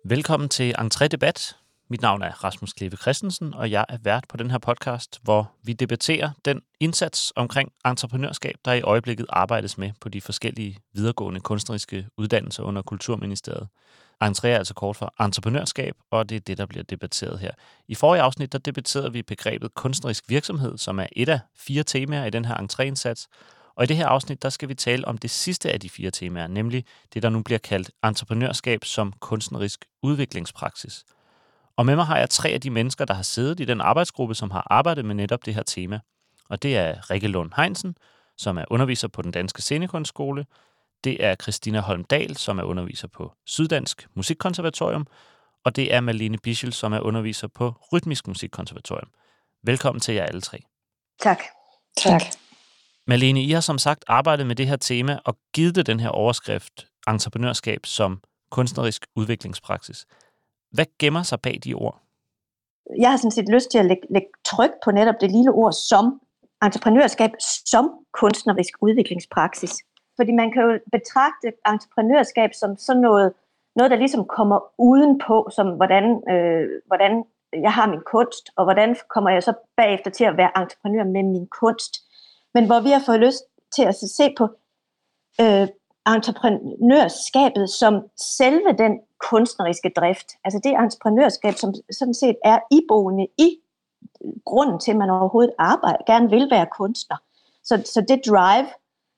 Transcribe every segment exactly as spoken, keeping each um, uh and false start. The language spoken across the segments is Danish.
Velkommen til Entré Debat. Mit navn er Rasmus Kleve Christensen, og jeg er vært på den her podcast, hvor vi debatterer den indsats omkring entreprenørskab, der i øjeblikket arbejdes med på de forskellige videregående kunstneriske uddannelser under Kulturministeriet. Entré er altså kort for entreprenørskab, og det er det, der bliver debatteret her. I forrige afsnit, der debatterede vi begrebet kunstnerisk virksomhed, som er et af fire temaer i den her Entré-indsats. Og i det her afsnit, der skal vi tale om det sidste af de fire temaer, nemlig det, der nu bliver kaldt entreprenørskab som kunstnerisk udviklingspraksis. Og med mig har jeg tre af de mennesker, der har siddet i den arbejdsgruppe, som har arbejdet med netop det her tema. Og det er Rikke Lund Heinsen, som er underviser på den Danske Scenekunstskole. Det er Christina Holm Dahl, som er underviser på Syddansk Musikkonservatorium. Og det er Malene Bischel, som er underviser på Rytmisk Musikkonservatorium. Velkommen til jer alle tre. Tak. Tak. Malene, I har som sagt arbejdet med det her tema og givet det den her overskrift, entreprenørskab som kunstnerisk udviklingspraksis. Hvad gemmer sig bag de ord? Jeg har sådan set lyst til at lægge, lægge tryk på netop det lille ord som entreprenørskab som kunstnerisk udviklingspraksis. Fordi man kan jo betragte entreprenørskab som sådan noget, noget der ligesom kommer udenpå, som hvordan, øh, hvordan jeg har min kunst, og hvordan kommer jeg så bagefter til at være entreprenør med min kunst. Men hvor vi har fået lyst til at se på øh, entreprenørskabet som selve den kunstneriske drift. Altså det entreprenørskab, som sådan set er iboende i grunden til, at man overhovedet arbejder, gerne vil være kunstner. Så, så det drive,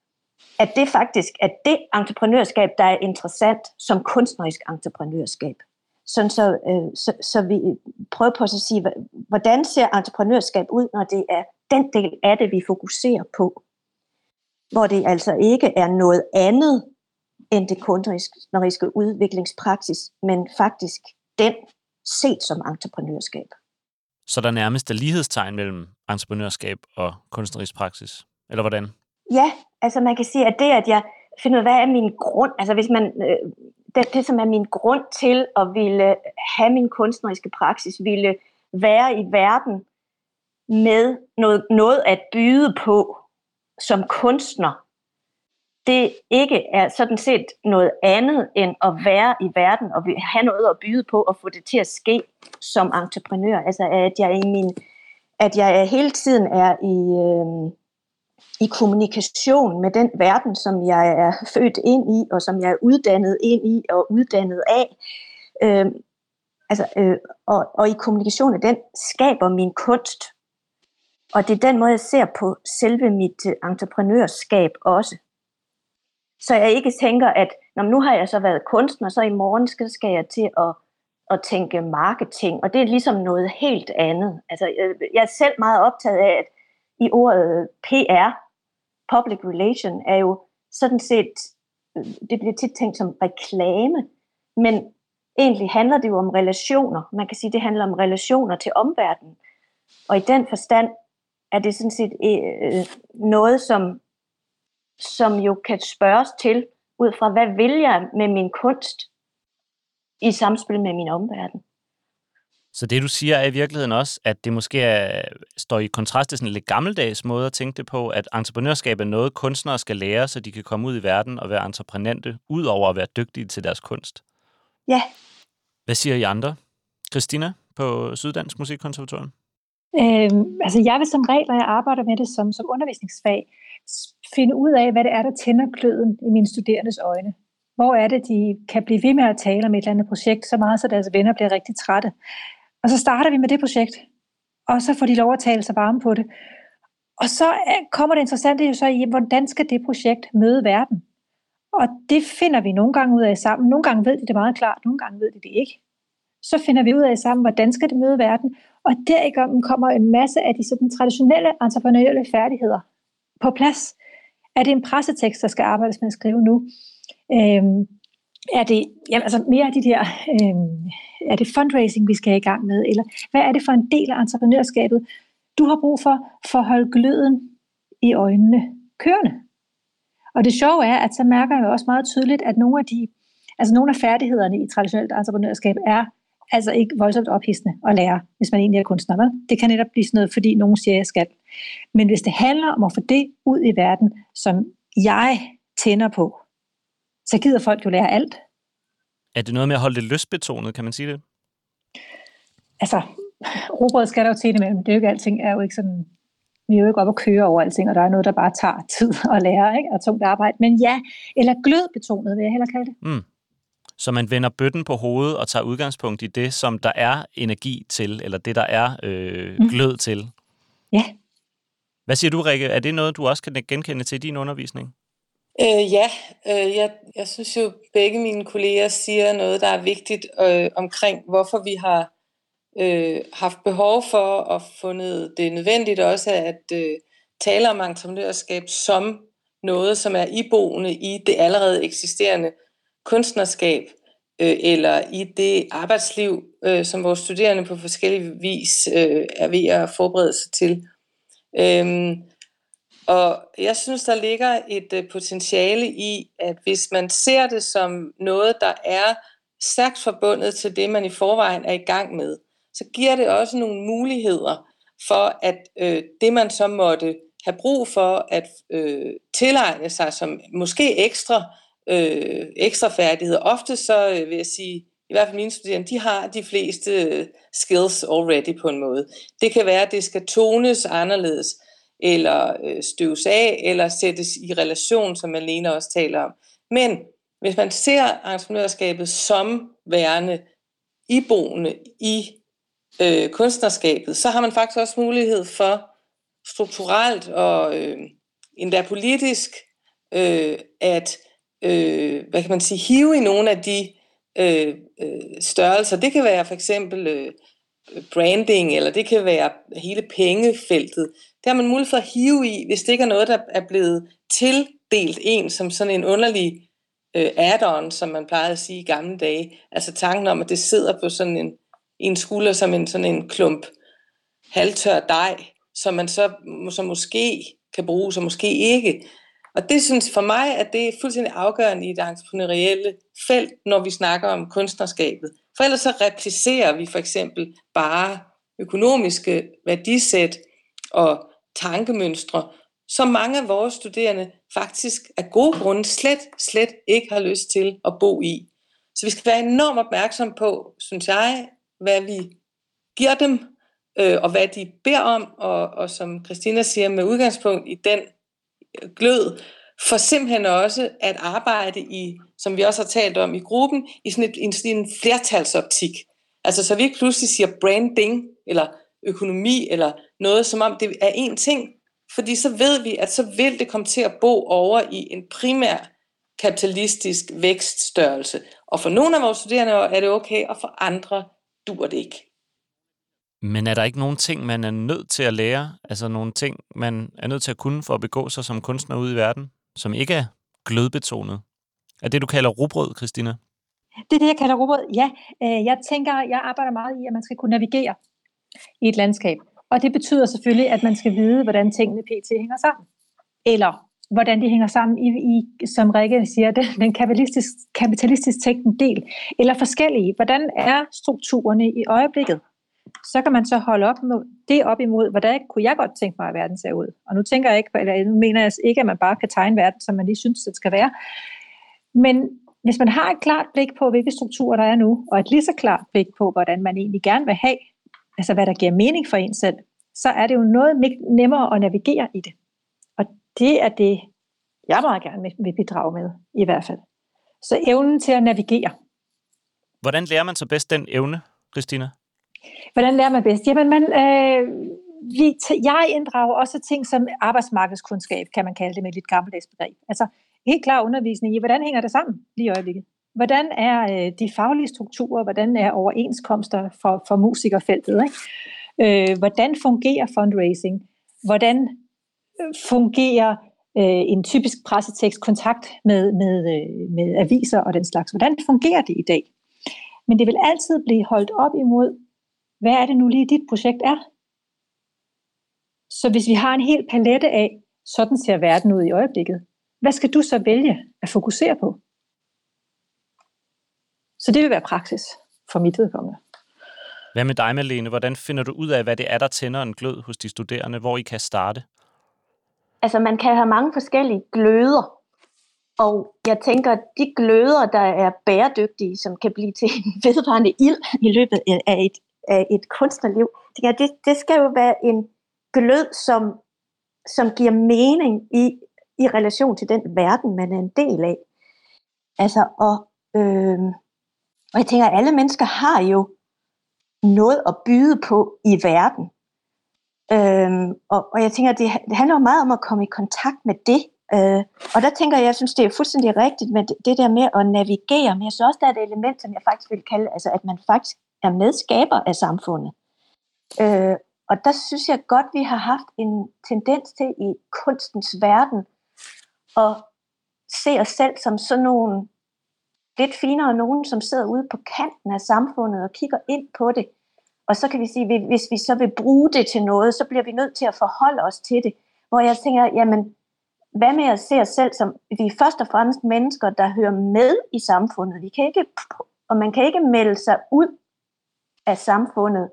at det faktisk er det entreprenørskab, der er interessant som kunstnerisk entreprenørskab. Sådan så, øh, så, så vi prøver på at sige, hvordan ser entreprenørskab ud, når det er den del af det, vi fokuserer på. Hvor det altså ikke er noget andet end det kunstneriske udviklingspraksis, men faktisk den set som entreprenørskab. Så der nærmest er lighedstegn mellem entreprenørskab og kunstnerisk praksis, eller hvordan? Ja, altså man kan sige, at det, at jeg finder ud af, hvad er min grund, altså hvis man, øh, det, det som er min grund til at ville have min kunstneriske praksis, ville være i verden med noget, noget at byde på som kunstner, det ikke er sådan set noget andet end at være i verden og have noget at byde på og få det til at ske som entreprenør. Altså at jeg i min, at jeg hele tiden er i, øh, i kommunikation med den verden, som jeg er født ind i og som jeg er uddannet ind i og uddannet af. Øh, altså, øh, og, og i kommunikation af den skaber min kunst. Og det er den måde, jeg ser på selve mit entreprenørskab også. Så jeg ikke tænker, at nu har jeg så været kunstner, så i morgen skal jeg til at, at tænke marketing. Og det er ligesom noget helt andet. Altså, jeg er selv meget optaget af, at i ordet P R, Public Relation, er jo sådan set, det bliver tit tænkt som reklame. Men egentlig handler det jo om relationer. Man kan sige, det handler om relationer til omverdenen. Og i den forstand er det sådan set øh, noget, som, som jo kan spørges til, ud fra hvad vil jeg med min kunst i samspil med min omverden. Så det, du siger, er i virkeligheden også, at det måske er, står i kontrast til sådan en lidt gammeldags måde at tænke det på, at entreprenørskab er noget, kunstnere skal lære, så de kan komme ud i verden og være entreprenante, ud over at være dygtige til deres kunst. Ja. Hvad siger I andre? Christina på Syddansk Musikkonservatorium? Øhm, altså jeg vil som regel, når jeg arbejder med det som, som undervisningsfag, finde ud af, hvad det er, der tænder gløden i mine studerendes øjne. Hvor er det, de kan blive ved med at tale om et eller andet projekt, så meget, så deres venner bliver rigtig trætte. Og så starter vi med det projekt, og så får de lov at tale sig varme på det. Og så kommer det interessante jo så i, hvordan skal det projekt møde verden? Og det finder vi nogle gange ud af sammen. Nogle gange ved de det meget klart, nogle gange ved de det ikke. Så finder vi ud af sammen, hvordan skal det møde verden? Og derigennem kommer en masse af de sådan, traditionelle entrepreneurielle færdigheder på plads. Er det en pressetekst, der skal arbejdes med at skrive nu? Øhm, er det jamen, altså mere af de der, øhm, er det fundraising, vi skal i gang med? Eller hvad er det for en del af entreprenørskabet, du har brug for, for at holde gløden i øjnene kørende? Og det sjove er, at så mærker jeg også meget tydeligt, at nogle af de, altså nogle af færdighederne i traditionelt entreprenørskab er altså ikke voldsomt ophidsende at lære, hvis man egentlig er kunstner. Vel? Det kan netop blive sådan noget, fordi nogen siger, at jeg skal. Men hvis det handler om at få det ud i verden, som jeg tænder på, så gider folk jo lære alt. Er det noget med at holde det lystbetonet, kan man sige det? Altså, rugbrød skal der jo til det med, men det er jo ikke alting, er jo ikke sådan, vi er jo ikke op at køre over alting, og der er noget, der bare tager tid at lære, ikke? Og tungt arbejde. Men ja, eller glødbetonet, vil jeg hellere kalde det. Mm. Så man vender bøtten på hovedet og tager udgangspunkt i det, som der er energi til, eller det, der er øh, glød mm. til. Ja. Hvad siger du, Rikke? Er det noget, du også kan genkende til din undervisning? Øh, ja, øh, jeg, jeg synes jo, begge mine kolleger siger noget, der er vigtigt øh, omkring, hvorfor vi har øh, haft behov for og fundet det nødvendigt også at øh, tale om entreprenørskab som noget, som er iboende i det allerede eksisterende kunstnerskab, øh, eller i det arbejdsliv, øh, som vores studerende på forskellige vis øh, er ved at forberede sig til. Øhm, og jeg synes, der ligger et øh, potentiale i, at hvis man ser det som noget, der er stærkt forbundet til det, man i forvejen er i gang med, så giver det også nogle muligheder for, at øh, det, man så måtte have brug for at øh, tilegne sig som måske ekstra, øh, ekstra færdigheder. Ofte så øh, vil jeg sige, i hvert fald mine studerende, de har de fleste øh, skills already på en måde. Det kan være, at det skal tones anderledes, eller øh, støves af, eller sættes i relation, som Malene også taler om. Men hvis man ser entreprenørskabet som værende iboende i øh, kunstnerskabet, så har man faktisk også mulighed for strukturelt og øh, endda politisk øh, at øh, hvad kan man sige, hive i nogle af de øh, øh, størrelser. Det kan være for eksempel øh, branding, eller det kan være hele pengefeltet. Det har man mulighed for at hive i, hvis det ikke er noget, der er blevet tildelt en som sådan en underlig øh, add-on, som man plejede at sige i gamle dage. Altså tanken om, at det sidder på sådan en, en skulder som en, sådan en klump halvtør dej, som man så som måske kan bruge, så måske ikke. Og det synes for mig, at det er fuldstændig afgørende i det entreprenørielle felt, når vi snakker om kunstnerskabet. For ellers så replicerer vi for eksempel bare økonomiske værdisæt og tankemønstre, som mange af vores studerende faktisk af gode grunde slet, slet ikke har lyst til at bo i. Så vi skal være enormt opmærksom på, synes jeg, hvad vi giver dem, øh, og hvad de beder om, og, og som Christina siger, med udgangspunkt i den glød, for simpelthen også at arbejde i, som vi også har talt om i gruppen, i sådan, et, i sådan en flertalsoptik. Altså så vi ikke pludselig siger branding, eller økonomi, eller noget, som om det er én ting, fordi så ved vi, at så vil det komme til at bo over i en primær kapitalistisk vækststørrelse. Og for nogle af vores studerende er det okay, og for andre dur det ikke. Men er der ikke nogen ting, man er nødt til at lære? Altså nogle ting, man er nødt til at kunne for at begå sig som kunstner ude i verden, som ikke er glødbetonet? Er det, du kalder rugbrød, Christina? Det er det, jeg kalder rugbrød, ja. Jeg tænker, jeg arbejder meget i, at man skal kunne navigere i et landskab. Og det betyder selvfølgelig, at man skal vide, hvordan tingene pt. Hænger sammen. Eller hvordan de hænger sammen i, i som Rikke siger, den, den kapitalistisk, kapitalistisk tænkende del. Eller forskellige. Hvordan er strukturerne i øjeblikket? Så kan man så holde op med det op imod, hvordan kunne jeg godt tænke mig, at verden ser ud. Og nu tænker jeg ikke, eller nu mener jeg ikke, at man bare kan tegne verden, som man lige synes, det skal være. Men hvis man har et klart blik på, hvilke strukturer der er nu, og et lige så klart blik på, hvordan man egentlig gerne vil have, altså hvad der giver mening for en selv, så er det jo noget nemmere at navigere i det. Og det er det, jeg meget gerne vil bidrage med, i hvert fald. Så evnen til at navigere. Hvordan lærer man så bedst den evne, Christina? Hvordan lærer man bedst? Jamen, man, øh, vi t- jeg inddrager også ting som arbejdsmarkedskundskab, kan man kalde det med et lidt gammeldags begreb. Altså helt klar undervisning i, hvordan hænger det sammen lige i øjeblikket? Hvordan er øh, de faglige strukturer? Hvordan er overenskomster for, for musikerfeltet? Ikke? Øh, hvordan fungerer fundraising? Hvordan fungerer øh, en typisk pressetekst kontakt med, med, øh, med aviser og den slags? Hvordan fungerer det i dag? Men det vil altid blive holdt op imod, hvad er det nu lige dit projekt er? Så hvis vi har en hel palette af, sådan ser verden ud i øjeblikket, hvad skal du så vælge at fokusere på? Så det vil være praksis for mit vedkommende. Hvad med dig, Malene? Hvordan finder du ud af, hvad det er, der tænder en glød hos de studerende, hvor I kan starte? Altså man kan have mange forskellige gløder. Og jeg tænker, at de gløder, der er bæredygtige, som kan blive til en vedvarende ild i løbet af et, af et kunstnerliv, tænker jeg, det, det skal jo være en glød, som, som giver mening i, i relation til den verden, man er en del af. Altså, og, øh, og jeg tænker, at alle mennesker har jo noget at byde på i verden. Øh, og, og jeg tænker, at det, det handler jo meget om at komme i kontakt med det. Øh, og der tænker jeg, jeg synes, det er fuldstændig rigtigt med det, det der med at navigere, men jeg synes også, der er et element, som jeg faktisk vil kalde, altså at man faktisk er medskaber af samfundet. Øh, og der synes jeg godt, vi har haft en tendens til i kunstens verden at se os selv som sådan nogle lidt finere nogen, som sidder ude på kanten af samfundet og kigger ind på det. Og så kan vi sige, at hvis vi så vil bruge det til noget, så bliver vi nødt til at forholde os til det. Hvor jeg tænker, jamen, hvad med at se os selv som, vi er først og fremmest mennesker, der hører med i samfundet. Vi kan ikke, og man kan ikke melde sig ud af samfundet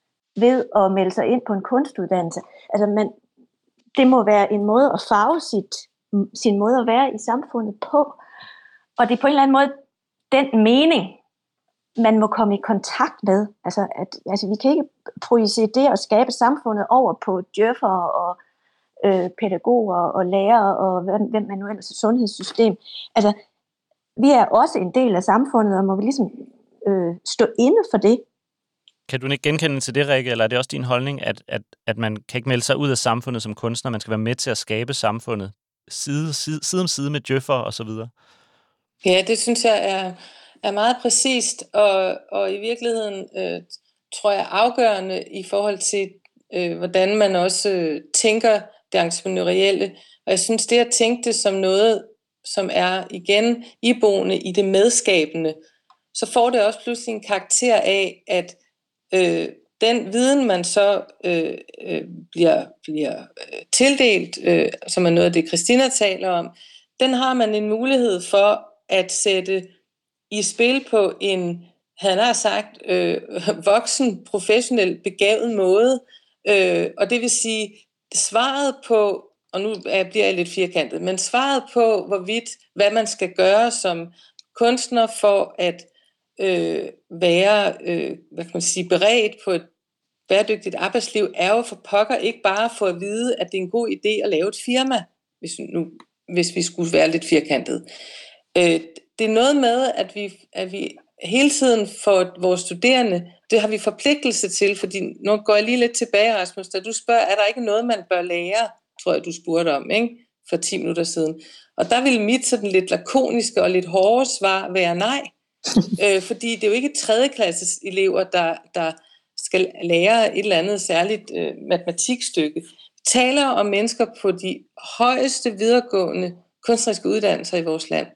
ved at melde sig ind på en kunstuddannelse. Altså, man, det må være en måde at farve sit, sin måde at være i samfundet på. Og det er på en eller anden måde den mening, man må komme i kontakt med. Altså, at, altså vi kan ikke projicere det og skabe samfundet over på djøffere og øh, pædagoger og lærere og hvem man nu ellers er, sundhedssystem. Altså, vi er også en del af samfundet, og må vi ligesom øh, stå inde for det. Kan du ikke genkende til det, Rikke, eller er det også din holdning, at, at, at man kan ikke melde sig ud af samfundet som kunstner, man skal være med til at skabe samfundet side, side, side om side med djøffere og så videre? Ja, det synes jeg er, er meget præcist, og, og i virkeligheden øh, tror jeg afgørende i forhold til, øh, hvordan man også øh, tænker det entrepreneurielle. Og jeg synes, det at tænke det som noget, som er igen iboende i det medskabende, så får det også pludselig en karakter af, at øh, den viden, man så øh, øh, bliver, bliver øh, tildelt, øh, som er noget af det, Christina taler om, den har man en mulighed for at sætte i spil på en, han har sagt, øh, voksen, professionel, begavet måde. Øh, og det vil sige, svaret på, og nu bliver jeg lidt firkantet, men svaret på, hvorvidt, hvad man skal gøre som kunstner for at øh, være, øh, hvad kan man sige, beredt på et bæredygtigt arbejdsliv, er jo for pokker ikke bare for at vide, at det er en god idé at lave et firma, hvis, nu, hvis vi skulle være lidt firkantet. Øh, det er noget med, at vi, at vi hele tiden får vores studerende, det har vi forpligtelse til, fordi nu går jeg lige lidt tilbage, Rasmus, da du spørger, er der ikke noget, man bør lære, tror jeg, du spurgte om, ikke? For ti minutter siden. Og der ville mit sådan lidt lakoniske og lidt hårde svar være nej. øh, fordi det er jo ikke tredjeklasses elever, der, der skal lære et eller andet særligt øh, matematikstykke. Vi taler om mennesker på de højeste videregående kunstneriske uddannelser i vores land.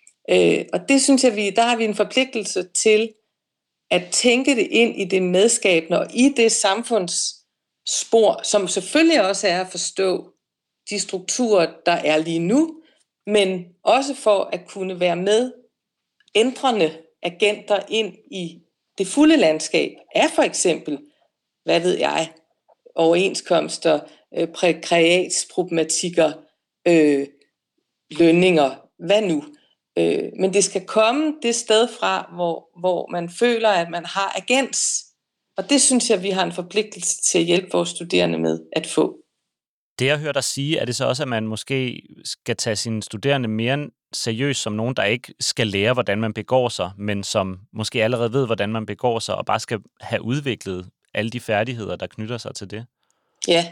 Øh, og det synes jeg, vi, der har vi en forpligtelse til at tænke det ind i det medskabende og i det samfundsspor, som selvfølgelig også er at forstå de strukturer, der er lige nu, men også for at kunne være med ændrende agenter ind i det fulde landskab af for eksempel, hvad ved jeg, overenskomster, øh, prekariatsproblematikker, øh, lønninger, hvad nu? Øh, men det skal komme det sted fra, hvor, hvor man føler, at man har agens. Og det synes jeg, vi har en forpligtelse til at hjælpe vores studerende med at få. Det jeg hører dig sige, er det så også, at man måske skal tage sine studerende mere seriøst som nogen, der ikke skal lære, hvordan man begår sig, men som måske allerede ved, hvordan man begår sig, og bare skal have udviklet alle de færdigheder, der knytter sig til det? Ja,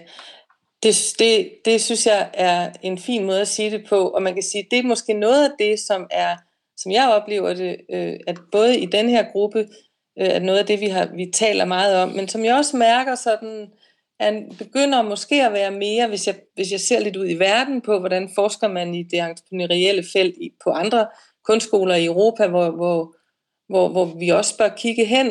det, det, det synes jeg er en fin måde at sige det på, og man kan sige, det er måske noget af det, som er, som jeg oplever det, øh, at både i den her gruppe, øh, at noget af det, vi, har, vi taler meget om, men som jeg også mærker sådan, han begynder måske at være mere, hvis jeg, hvis jeg ser lidt ud i verden på, hvordan forsker man i det entrepreneurielle felt i, på andre kunstskoler i Europa, hvor, hvor, hvor, hvor vi også bør kigge hen,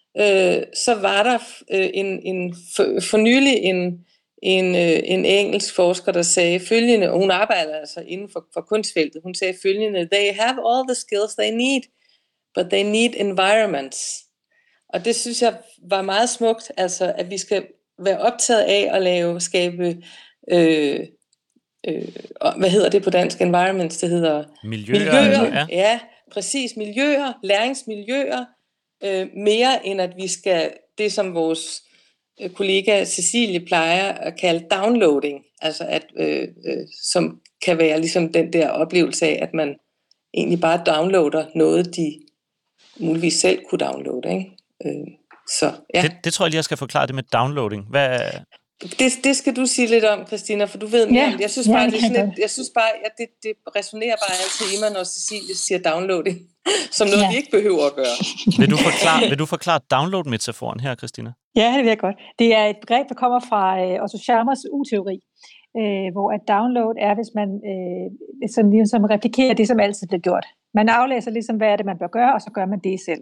øh, så var der øh, en, en for, for nylig en, en, øh, en engelsk forsker, der sagde følgende, og hun arbejder altså inden for, for kunstfeltet, hun sagde følgende, they have all the skills they need, but they need environments. Og det synes jeg var meget smukt, altså at vi skal være optaget af at lave, skabe øh, øh, hvad hedder det på dansk? Environments, det hedder... Miljøer. Miljøer, Ja. ja, præcis. Miljøer, læringsmiljøer, øh, mere end at vi skal, det som vores øh, kollega Cecilie plejer at kalde downloading, altså at, øh, øh, som kan være ligesom den der oplevelse af, at man egentlig bare downloader noget, de muligvis selv kunne downloade, ikke? Øh, så, ja. det, det tror jeg lige, jeg skal forklare det med downloading. Hvad... Det, det skal du sige lidt om, Christina, for du ved mere Ja, om det. Jeg synes ja, bare, det det, er kan sådan jeg lidt, jeg synes bare at det, det resonerer bare altid i mig, når Cecilie siger downloading, som noget, Ja. vi ikke behøver at gøre. Vil du forklare, vil du forklare download-metaforen her, Christina? Ja, det vil jeg godt. Det er et begreb, der kommer fra øh, Otto Scharmers U-teori, øh, hvor at download er, hvis man øh, sådan ligesom replikerer det, som altid bliver gjort. Man aflæser ligesom, hvad er det, man bør gøre, og så gør man det selv.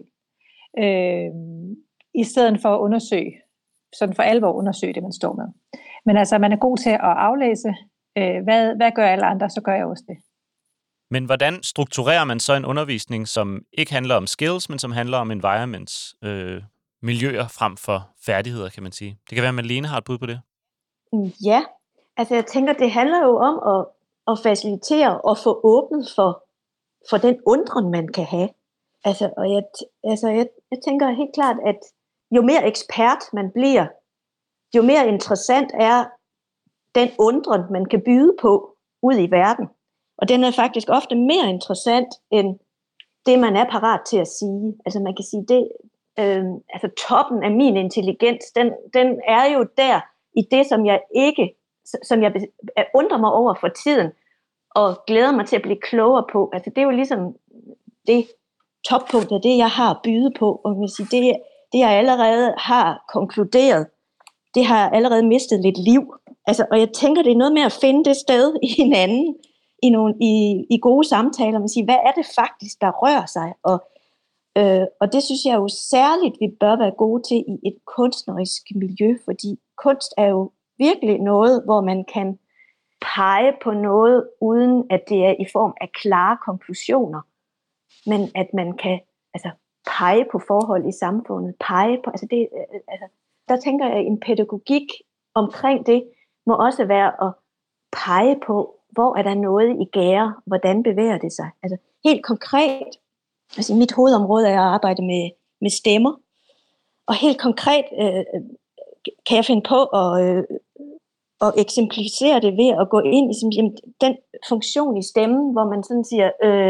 Øh, I stedet for at undersøge, sådan for alvor undersøge det, man står med. Men altså, man er god til at aflæse, øh, hvad, hvad gør alle andre, så gør jeg også det. Men hvordan strukturerer man så en undervisning, som ikke handler om skills, men som handler om environments, øh, miljøer frem for færdigheder, kan man sige? Det kan være, at Malene har et bud på det. Ja, altså jeg tænker, det handler jo om at, at facilitere og få åbnet for, for den undren, man kan have. Altså, og jeg, altså jeg, jeg tænker helt klart, at jo mere ekspert man bliver, jo mere interessant er den undren, man kan byde på ud i verden. Og den er faktisk ofte mere interessant end det, man er parat til at sige. Altså man kan sige, det, øh, altså toppen af min intelligens, den, den er jo der i det, som jeg ikke, som jeg undrer mig over for tiden, og glæder mig til at blive klogere på. Altså det er jo ligesom det toppunkt af det, jeg har at byde på. Og man kan sige, det, det jeg allerede har konkluderet, det har allerede mistet lidt liv. Altså, og jeg tænker, det er noget med at finde det sted i hinanden, i, nogle, i, i gode samtaler, man siger, hvad er det faktisk, der rører sig? Og, øh, og det synes jeg jo særligt, vi bør være gode til i et kunstnerisk miljø, fordi kunst er jo virkelig noget, hvor man kan pege på noget, uden at det er i form af klare konklusioner, men at man kan altså, pege på forhold i samfundet, pege på, altså det, altså, der tænker jeg, en pædagogik omkring det, må også være at pege på, hvor er der noget i gære, hvordan bevæger det sig. Altså helt konkret, altså i mit hovedområde er jeg arbejde med, med stemmer, og helt konkret øh, kan jeg finde på at, øh, at eksemplificere det ved at gå ind i sådan, den funktion i stemmen, hvor man sådan siger,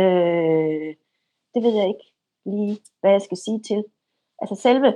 øh, det ved jeg ikke lige, hvad jeg skal sige til. Altså selve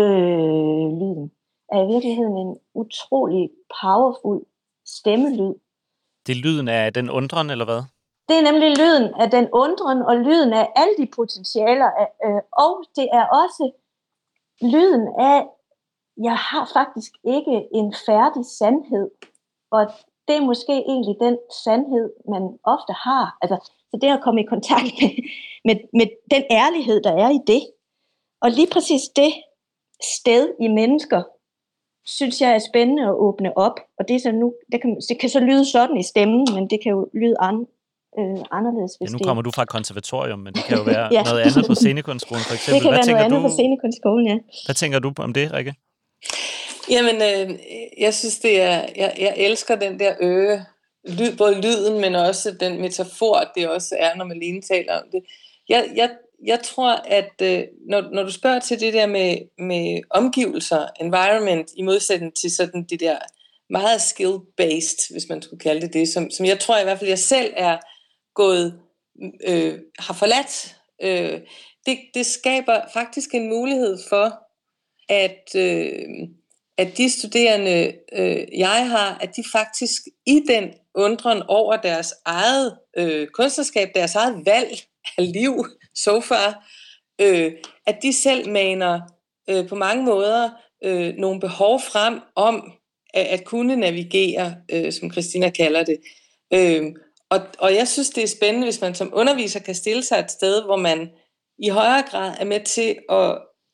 øh-lyden er i virkeligheden en utrolig powerful stemmelyd. Det er lyden af den undren, eller hvad? Det er nemlig lyden af den undren, og lyden af alle de potentialer, øh, og det er også lyden af, jeg har faktisk ikke en færdig sandhed, og det er måske egentlig den sandhed, man ofte har. Altså, så det at komme i kontakt med, med, med den ærlighed, der er i det, og lige præcis det sted i mennesker, synes jeg er spændende at åbne op, og det, er så nu, det, kan, det kan så lyde sådan i stemmen, men det kan jo lyde an, øh, anderledes. Hvis ja, nu det... kommer du fra et konservatorium, men det kan jo være ja. noget andet på Scenekunstskolen for eksempel. Det kan Hvad være noget andet du, på Scenekunstskolen, ja. Hvad tænker du om det, Rikke? Jamen, øh, jeg synes, det er, jeg, jeg elsker den der øge, lyd, både lyden, men også den metafor, det også er, når Malene taler om det. Jeg, jeg, jeg tror, at øh, når, når du spørger til det der med, med omgivelser, environment, i modsætning til sådan det der meget skill-based, hvis man skulle kalde det det, som, som jeg tror i hvert fald, jeg selv er gået, øh, har forladt, øh, det, det skaber faktisk en mulighed for, at, øh, at de studerende, øh, jeg har, at de faktisk i den undren over deres eget øh, kunstnerskab, deres eget valg af liv, so far, øh, at de selv maner øh, på mange måder øh, nogle behov frem om at, at kunne navigere, øh, som Christina kalder det. Øh, og, og jeg synes, det er spændende, hvis man som underviser kan stille sig et sted, hvor man i højere grad er med til at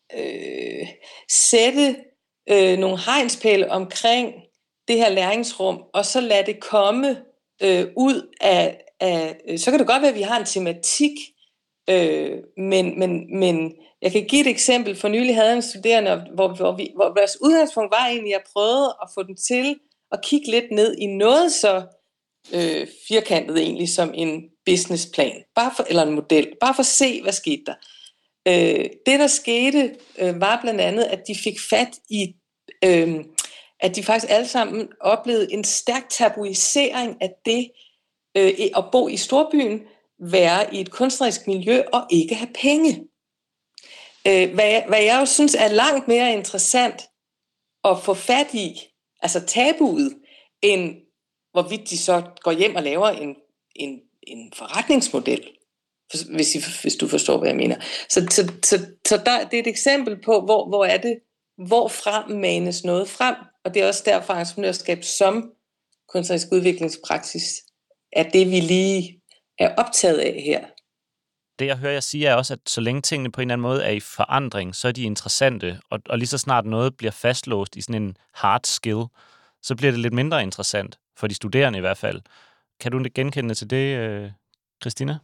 øh, sætte øh, nogle hegnspæle omkring det her læringsrum, og så lade det komme øh, ud af, af, så kan det godt være, at vi har en tematik, øh, men, men, men jeg kan give et eksempel. For nylig havde jeg en studerende, hvor, hvor, vi, hvor vores udgangspunkt var egentlig, at jeg prøvede at få den til at kigge lidt ned i noget så øh, firkantet egentlig som en businessplan, bare for, eller en model, bare for at se, hvad skete der. Øh, det, der skete, øh, var blandt andet, at de fik fat i, øh, at de faktisk alle sammen oplevede en stærk tabuisering af det øh, at bo i storbyen, være i et kunstnerisk miljø og ikke have penge. Øh, hvad, jeg, hvad jeg jo synes er langt mere interessant at få fat i, altså tabuet, end hvorvidt de så går hjem og laver en, en, en forretningsmodel, hvis, I, hvis du forstår, hvad jeg mener. Så, så, så, så der, det er et eksempel på, hvor, hvor er det, hvorfra manes noget frem, og det er også derfor, entreprenørskab som kunstnerisk udviklingspraksis er det, vi lige er optaget af her. Det, jeg hører jer sige, er også, at så længe tingene på en eller anden måde er i forandring, så er de interessante, og, og lige så snart noget bliver fastlåst i sådan en hard skill, så bliver det lidt mindre interessant, for de studerende i hvert fald. Kan du genkende til det, Christina?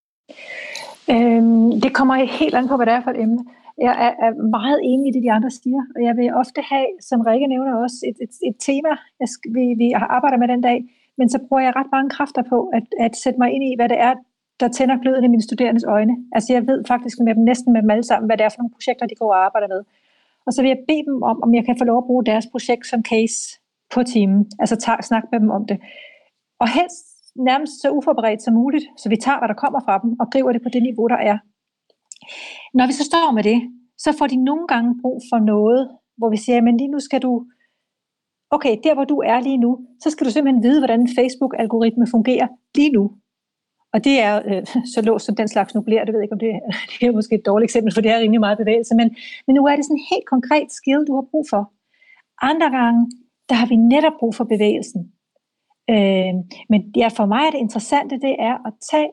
Øhm, det kommer helt an på, hvad det er for et emne. Jeg er, er meget enig i det, de andre siger, og jeg vil ofte have, som Rikke nævner også, et, et, et tema, jeg skal, vi, vi arbejder med den dag, men så bruger jeg ret mange kræfter på at, at sætte mig ind i, hvad det er, der tænder gløden i mine studerendes øjne. Altså jeg ved faktisk med dem, næsten med dem alle sammen, hvad det er for nogle projekter, de går og arbejder med. Og så vil jeg bede dem om, om jeg kan få lov at bruge deres projekt som case på timen. Altså tage, snakke med dem om det. Og helst nærmest så uforberedt som muligt, så vi tager, hvad der kommer fra dem, og griber det på det niveau, der er. Når vi så står med det, så får de nogle gange brug for noget, hvor vi siger, men lige nu skal du, okay, der hvor du er lige nu, så skal du simpelthen vide, hvordan en Facebook-algoritme fungerer lige nu. Og det er øh, så låst som den slags nukleer, det ved jeg ikke, om det, det er måske et dårligt eksempel, for det er rimelig meget bevægelse, men, men nu er det sådan en helt konkret skill, du har brug for. Andre gange, der har vi netop brug for bevægelsen. Øh, men ja, for mig er det interessante, det er at tage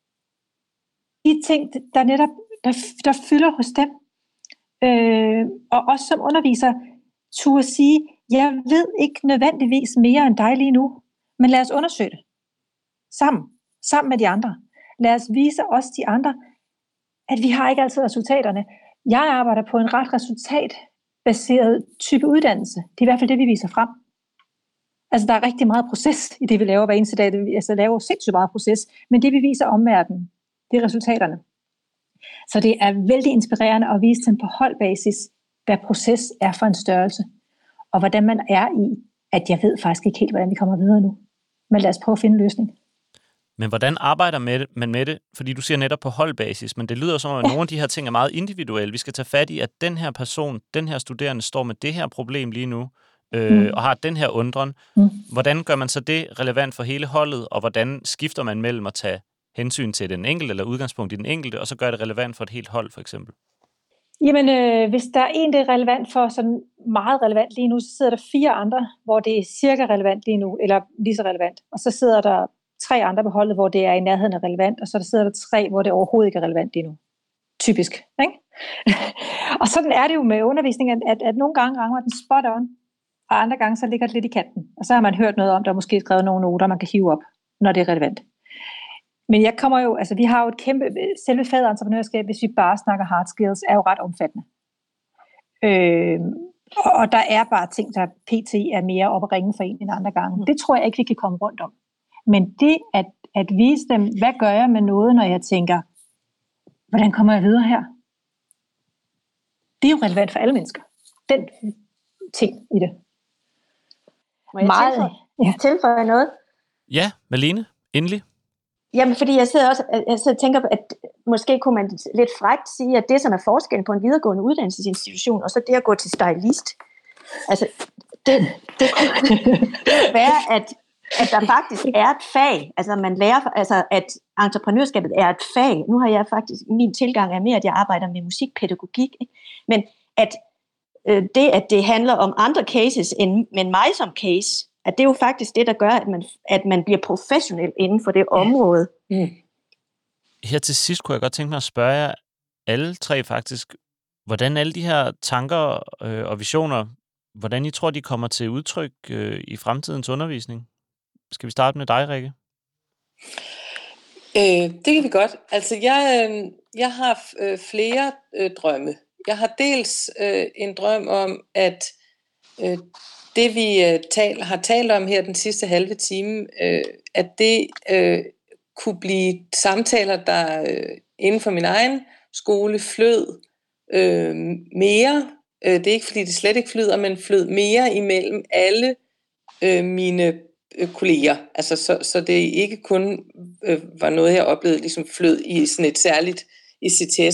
de ting, der netop der, der fylder hos dem. Øh, og også som underviser, turde sige, jeg ved ikke nødvendigvis mere end dig lige nu, men lad os undersøge det. Sammen. Sammen med de andre. Lad os vise os de andre, at vi har ikke altid resultaterne. Jeg arbejder på en ret resultatbaseret type uddannelse. Det er i hvert fald det, vi viser frem. Altså, der er rigtig meget proces i det, vi laver hver eneste dag. Altså, laver sindssygt meget proces. Men det, vi viser omverdenen, det er resultaterne. Så det er vældig inspirerende at vise dem på holdbasis, hvad proces er for en størrelse. Og hvordan man er i, at jeg ved faktisk ikke helt, hvordan vi kommer videre nu. Men lad os prøve at finde en løsning. Men hvordan arbejder man med det? Fordi du siger netop på holdbasis, men det lyder som om, at nogle af de her ting er meget individuelle. Vi skal tage fat i, at den her person, den her studerende, står med det her problem lige nu, øh, mm. og har den her undren. Mm. Hvordan gør man så det relevant for hele holdet, og hvordan skifter man mellem at tage hensyn til den enkelte, eller udgangspunkt i den enkelte, og så gør det relevant for et helt hold, for eksempel? Jamen, øh, hvis der er en, der er relevant for, sådan meget relevant lige nu, så sidder der fire andre, hvor det er cirka relevant lige nu, eller lige så relevant. Og så sidder der tre andre på holdet, hvor det er i nærheden af relevant, og så der sidder der tre, hvor det overhovedet ikke er relevant lige nu. Typisk, ikke? Og sådan er det jo med undervisningen, at, at nogle gange rammer den spot on, og andre gange så ligger det lidt i kanten. Og så har man hørt noget om, der er måske skrevet nogle noter, man kan hive op, når det er relevant. Men jeg kommer jo, altså vi har jo et kæmpe, selve faget entreprenørskab, hvis vi bare snakker hard skills, er jo ret omfattende. Øh, og der er bare ting, der pt. Er mere op at ringe for en end andre gange. Det tror jeg ikke, vi kan komme rundt om. Men det at, at vise dem, hvad gør jeg med noget, når jeg tænker, hvordan kommer jeg videre her? Det er jo relevant for alle mennesker. Den ting i det. Må jeg Meget, tilføje, ja. tilføje noget? Ja, Malene, endelig. Jamen, fordi jeg sidder også jeg sidder og tænker, at måske kunne man lidt frækt sige, at det, som er forskellen på en videregående uddannelsesinstitution, og så det at gå til stylist, altså, det, det kunne være, at at der faktisk er et fag, altså man lærer, altså at entreprenørskabet er et fag. Nu har jeg faktisk, min tilgang er mere, at jeg arbejder med musikpædagogik, ikke? Men at øh, det, at det handler om andre cases end men mig som case, at det er jo faktisk det, der gør, at man, at man bliver professionel inden for det område. Mm. Her til sidst kunne jeg godt tænke mig at spørge jer alle tre faktisk, hvordan alle de her tanker øh, og visioner, hvordan I tror, de kommer til udtryk øh, i fremtidens undervisning? Skal vi starte med dig, Rikke? Øh, det kan vi godt. Altså, jeg, øh, jeg har øh, flere øh, drømme. Jeg har dels øh, en drøm om, at øh, det vi øh, tal, har talt om her den sidste halve time, øh, at det øh, kunne blive samtaler, der øh, inden for min egen skole flød øh, mere. Øh, det er ikke, fordi det slet ikke flyder, men flød mere imellem alle øh, mine øh, kolleger. Altså, så, så det ikke kun øh, var noget, jeg oplevede ligesom flød i sådan et særligt I C T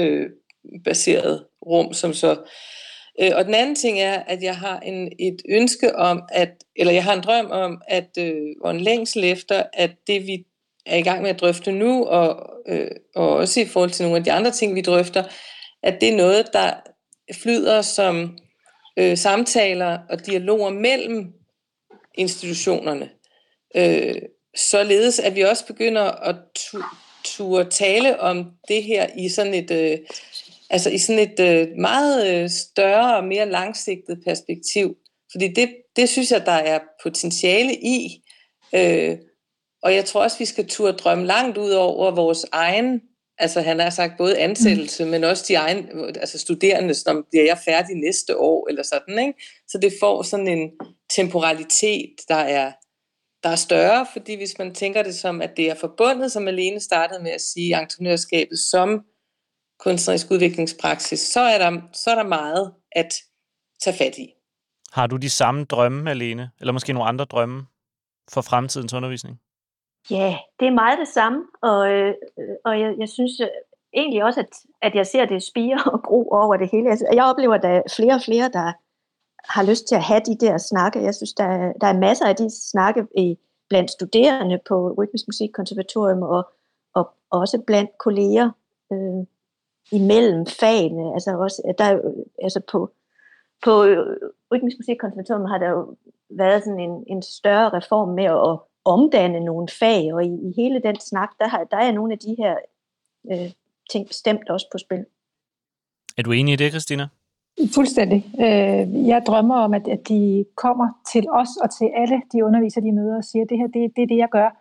S-baseret øh, rum, som så... Øh, og den anden ting er, at jeg har en, et ønske om, at, eller jeg har en drøm om, at, øh, og en længsel efter, at det vi er i gang med at drøfte nu, og, øh, og også i forhold til nogle af de andre ting, vi drøfter, at det er noget, der flyder som øh, samtaler og dialoger mellem institutionerne. Øh, således at vi også begynder at turde tale om det her i sådan et, øh, altså i sådan et øh, meget øh, større og mere langsigtet perspektiv. Fordi det, det synes jeg, der er potentiale i. Øh, og jeg tror også, vi skal turde drømme langt ud over vores egen, altså han har sagt både ansættelse, mm. men også de egen, altså studerende, som bliver jeg færdig næste år, eller sådan, ikke? Så det får sådan en temporalitet, der er, der er større, fordi hvis man tænker det som, at det er forbundet, som Malene startede med at sige, entreprenørskabet som kunstnerisk udviklingspraksis, så er der, så er der meget at tage fat i. Har du de samme drømme, Malene, eller måske nogle andre drømme for fremtidens undervisning? Ja, det er meget det samme, og, øh, og jeg, jeg synes øh, egentlig også, at, at jeg ser det spire og gro over det hele. Jeg oplever, at der er flere og flere, der har lyst til at have de der snakke. Jeg synes, der er, der er masser af de snakke i, blandt studerende på Rytmisk Musikkonservatorium, og, og også blandt kolleger øh, imellem fagene. Altså, også, der, altså på, på Rytmisk Musikkonservatorium har der jo været sådan en, en større reform med at omdanne nogle fag, og i, i hele den snak, der, har, der er nogle af de her øh, ting bestemt også på spil. Er du enig i det, Christina? Fuldstændig. Jeg drømmer om, at de kommer til os og til alle de undervisere, de møder og siger, det her, det, det er det, jeg gør.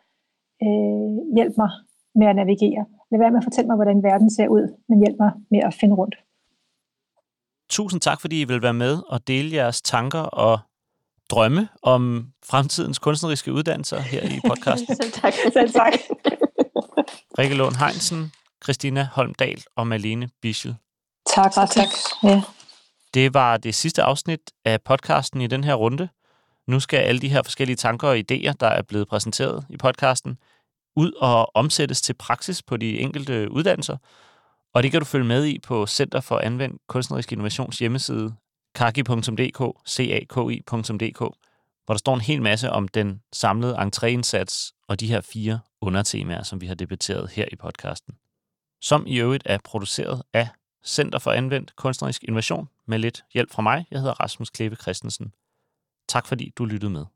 Hjælp mig med at navigere. Lad være med at fortælle mig, hvordan verden ser ud, men hjælp mig med at finde rundt. Tusind tak, fordi I vil være med og dele jeres tanker og drømme om fremtidens kunstneriske uddannelser her i podcasten. Selv tak. Selv tak. Rikke Lund Heinsen, Christina Holmdahl og Malene Bischel. Tak, Rasmus. Tak. Ja. Det var det sidste afsnit af podcasten i den her runde. Nu skal alle de her forskellige tanker og idéer, der er blevet præsenteret i podcasten, ud og omsættes til praksis på de enkelte uddannelser. Og det kan du følge med i på Center for Anvendt Kunstnerisk Innovations hjemmeside kaki punktum d k, c a k i punktum d k, hvor der står en hel masse om den samlede entréindsats og de her fire undertemaer, som vi har debatteret her i podcasten. Som i øvrigt er produceret af Center for Anvendt Kunstnerisk Innovation med lidt hjælp fra mig. Jeg hedder Rasmus Kleve Christensen. Tak fordi du lyttede med.